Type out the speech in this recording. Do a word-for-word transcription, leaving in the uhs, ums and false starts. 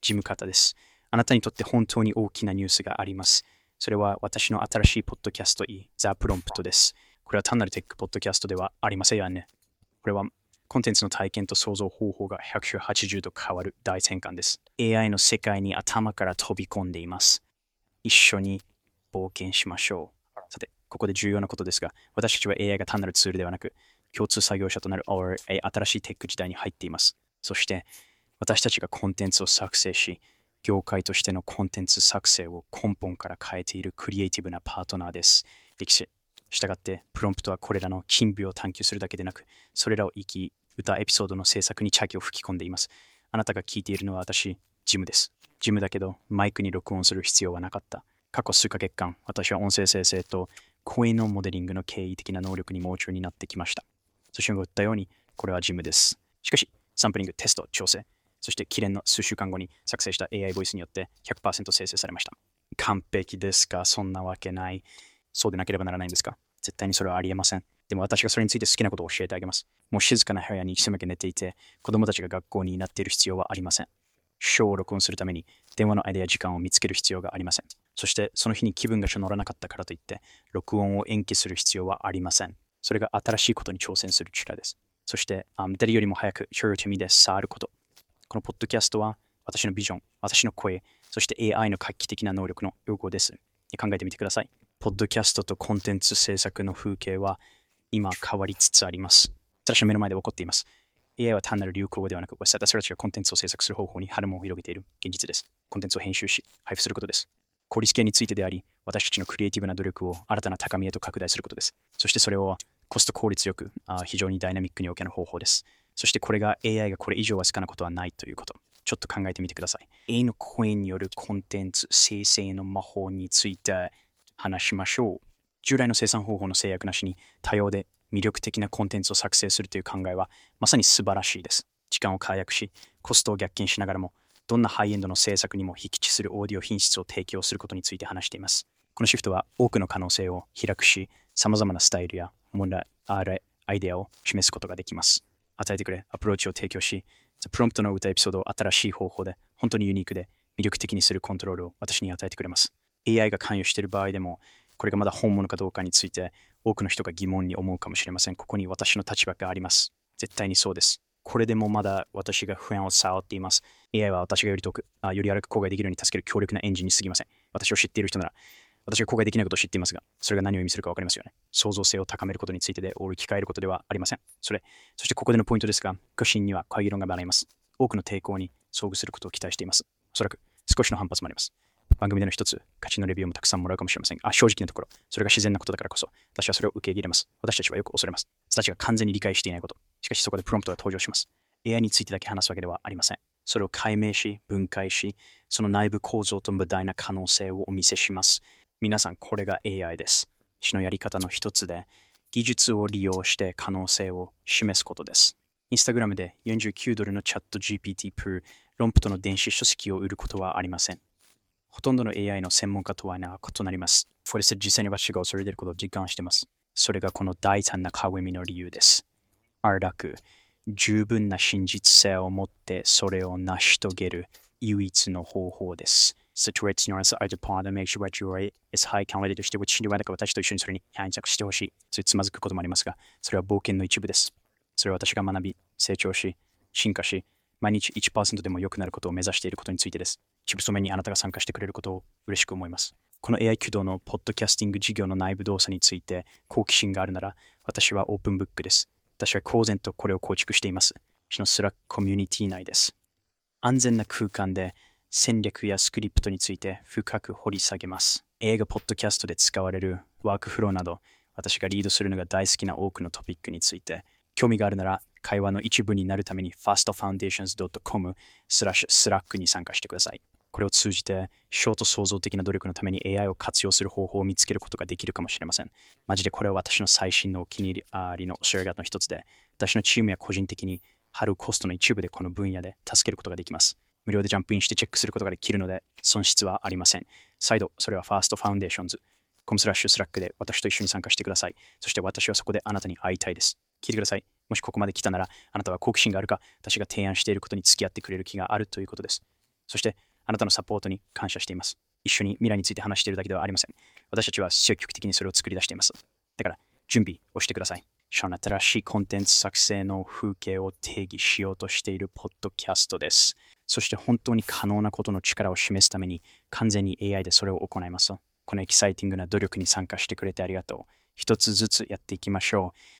務方です。あなたにとって本当に大きなニュースがあります。それは私の新しいポッドキャスト ザ・プロンプトです。これは単なるテックポッドキャストではありませんよね。これはコンテンツの体験と創造方法がひゃくはちじゅうど変わる大転換です。エーアイ の世界に頭から飛び込んでいます。一緒に冒険しましょう。さて、ここで重要なことですが、私たちは エーアイ が単なるツールではなく、共通作業者となる新しいテック時代に入っています。そして、私たちがコンテンツを作成し、業界としてのコンテンツ作成を根本から変えているクリエイティブなパートナーです。歴史。したがって、プロンプトはこれらの金美を探求するだけでなく、それらを生き、歌エピソードの制作に茶器を吹き込んでいます。あなたが聞いているのは私、ジムです。ジムだけど、マイクに録音する必要はなかった。過去数ヶ月間、私は音声生成と声のモデリングの敬意的な能力に夢中になってきました。そして言ったように、これはジムです。しかし、サンプリング、テスト、調整、そして記念の数週間後に作成した エーアイ ボイスによって ひゃくパーセント 生成されました。完璧ですか？そんなわけない。そうでなければならないんですか？絶対にそれはありえません。でも私がそれについて好きなことを教えてあげます。もう静かな部屋に潜めて寝ていて、子供たちが学校になっている必要はありません。ショーを録音するために電話の間や時間を見つける必要がありません。そしてその日に気分が乗らなかったからといって録音を延期する必要はありません。それが新しいことに挑戦する力です。そして、um, 誰よりも早く Sure to me で触ること。このポッドキャストは私のビジョン、私の声、そして エーアイ の画期的な能力の融合です。考えてみてください。ポッドキャストとコンテンツ制作の風景は今変わりつつあります。私の目の前で起こっています。エーアイ は単なる流行語ではなく、私たちがコンテンツを制作する方法に波紋を広げている現実です。コンテンツを編集し、配布することです。効率系についてであり、私たちのクリエイティブな努力を新たな高みへと拡大することです。そしてそれをコスト効率よく、あ非常にダイナミックにおける方法です。そしてこれが エーアイ がこれ以上わずかなことはないということ。ちょっと考えてみてください。エーアイ の声によるコンテンツ生成の魔法について話しましょう。従来の生産方法の制約なしに多様で魅力的なコンテンツを作成するという考えはまさに素晴らしいです。時間を解約し、コストを逆転しながらも、どんなハイエンドの制作にも匹値するオーディオ品質を提供することについて話しています。このシフトは多くの可能性を開くし、様々なスタイルや問題あるアイデアを示すことができます。与えてくれ、アプローチを提供し、プロンプトの歌エピソードを新しい方法で、本当にユニークで魅力的にするコントロールを私に与えてくれます。エーアイ が関与している場合でも、これがまだ本物かどうかについて多くの人が疑問に思うかもしれません。ここに私の立場があります。絶対にそうです。これでもまだ私が不安を触っています。エーアイ は私がより遠く、あより荒く口外できるように助ける強力なエンジンに過ぎません。私を知っている人なら、私が口外できないことを知っていますが、それが何を意味するか分かりますよね。創造性を高めることについてで置き換えることではありません。それ、そしてここでのポイントですが、過信には会議論が学びます。多くの抵抗に遭遇することを期待しています。おそらく少しの反発もあります。番組での一つ、勝ちのレビューもたくさんもらうかもしれませんが、あ正直なところ、それが自然なことだからこそ、私はそれを受け入れます。私たちはよく恐れます。私たちが完全に理解していないこと。しかしそこでプロンプトが登場します。エーアイ についてだけ話すわけではありません。それを解明し、分解し、その内部構造と無大な可能性をお見せします。皆さん、これが エーアイ です。私のやり方の一つで、技術を利用して可能性を示すことです。インスタグラムでよんじゅうきゅうドルのチャット ジーピーティー プロンプトの電子書籍を売ることはありません。ほとんどの エーアイ の専門家とは異なります。これで実際に私が恐れていることを実感しています。それがこの大胆な鏡の理由です。あらく、十分な真実性を持ってそれを成し遂げる唯一の方法です。Situates nuance are upon to make sure what you are is high quality として、which にはだか私と一緒にそれに反着してほしい。そういうつまずくこともありますが、それは冒険の一部です。それは私が学び、成長し、進化し、毎日 いちパーセント でも良くなることを目指していることについてです。チブソメにあなたが参加してくれることを嬉しく思います。この エーアイ 駆動のポッドキャスティング事業の内部動作について好奇心があるなら、私はオープンブックです。私は公然とこれを構築しています。私のスラックコミュニティ内です。安全な空間で戦略やスクリプトについて深く掘り下げます。映画ポッドキャストで使われるワークフローなど、私がリードするのが大好きな多くのトピックについて、興味があるなら会話の一部になるために ファストファウンデーションズドットコム スラッシュスラックに参加してください。これを通じて、ショート創造的な努力のために エーアイ を活用する方法を見つけることができるかもしれません。マジでこれは私の最新のお気に入りの教え方の一つで、私のチームや個人的に貼るコストの一部でこの分野で助けることができます。無料でジャンプインしてチェックすることができるので、損失はありません。再度、それはファーストファウンデーションズドットコム スラッシュスラックで私と一緒に参加してください。そして私はそこであなたに会いたいです。聞いてください。もしここまで来たなら、あなたは好奇心があるか、私が提案していることに付き合ってくれる気があるということです。 そして、あなたのサポートに感謝しています。一緒に未来について話しているだけではありません。私たちは積極的にそれを作り出しています。だから、準備をしてください。ショーン、新しいコンテンツ作成の風景を定義しようとしているポッドキャストです。そして本当に可能なことの力を示すために完全に エーアイ でそれを行います。このエキサイティングな努力に参加してくれてありがとう。一つずつやっていきましょう。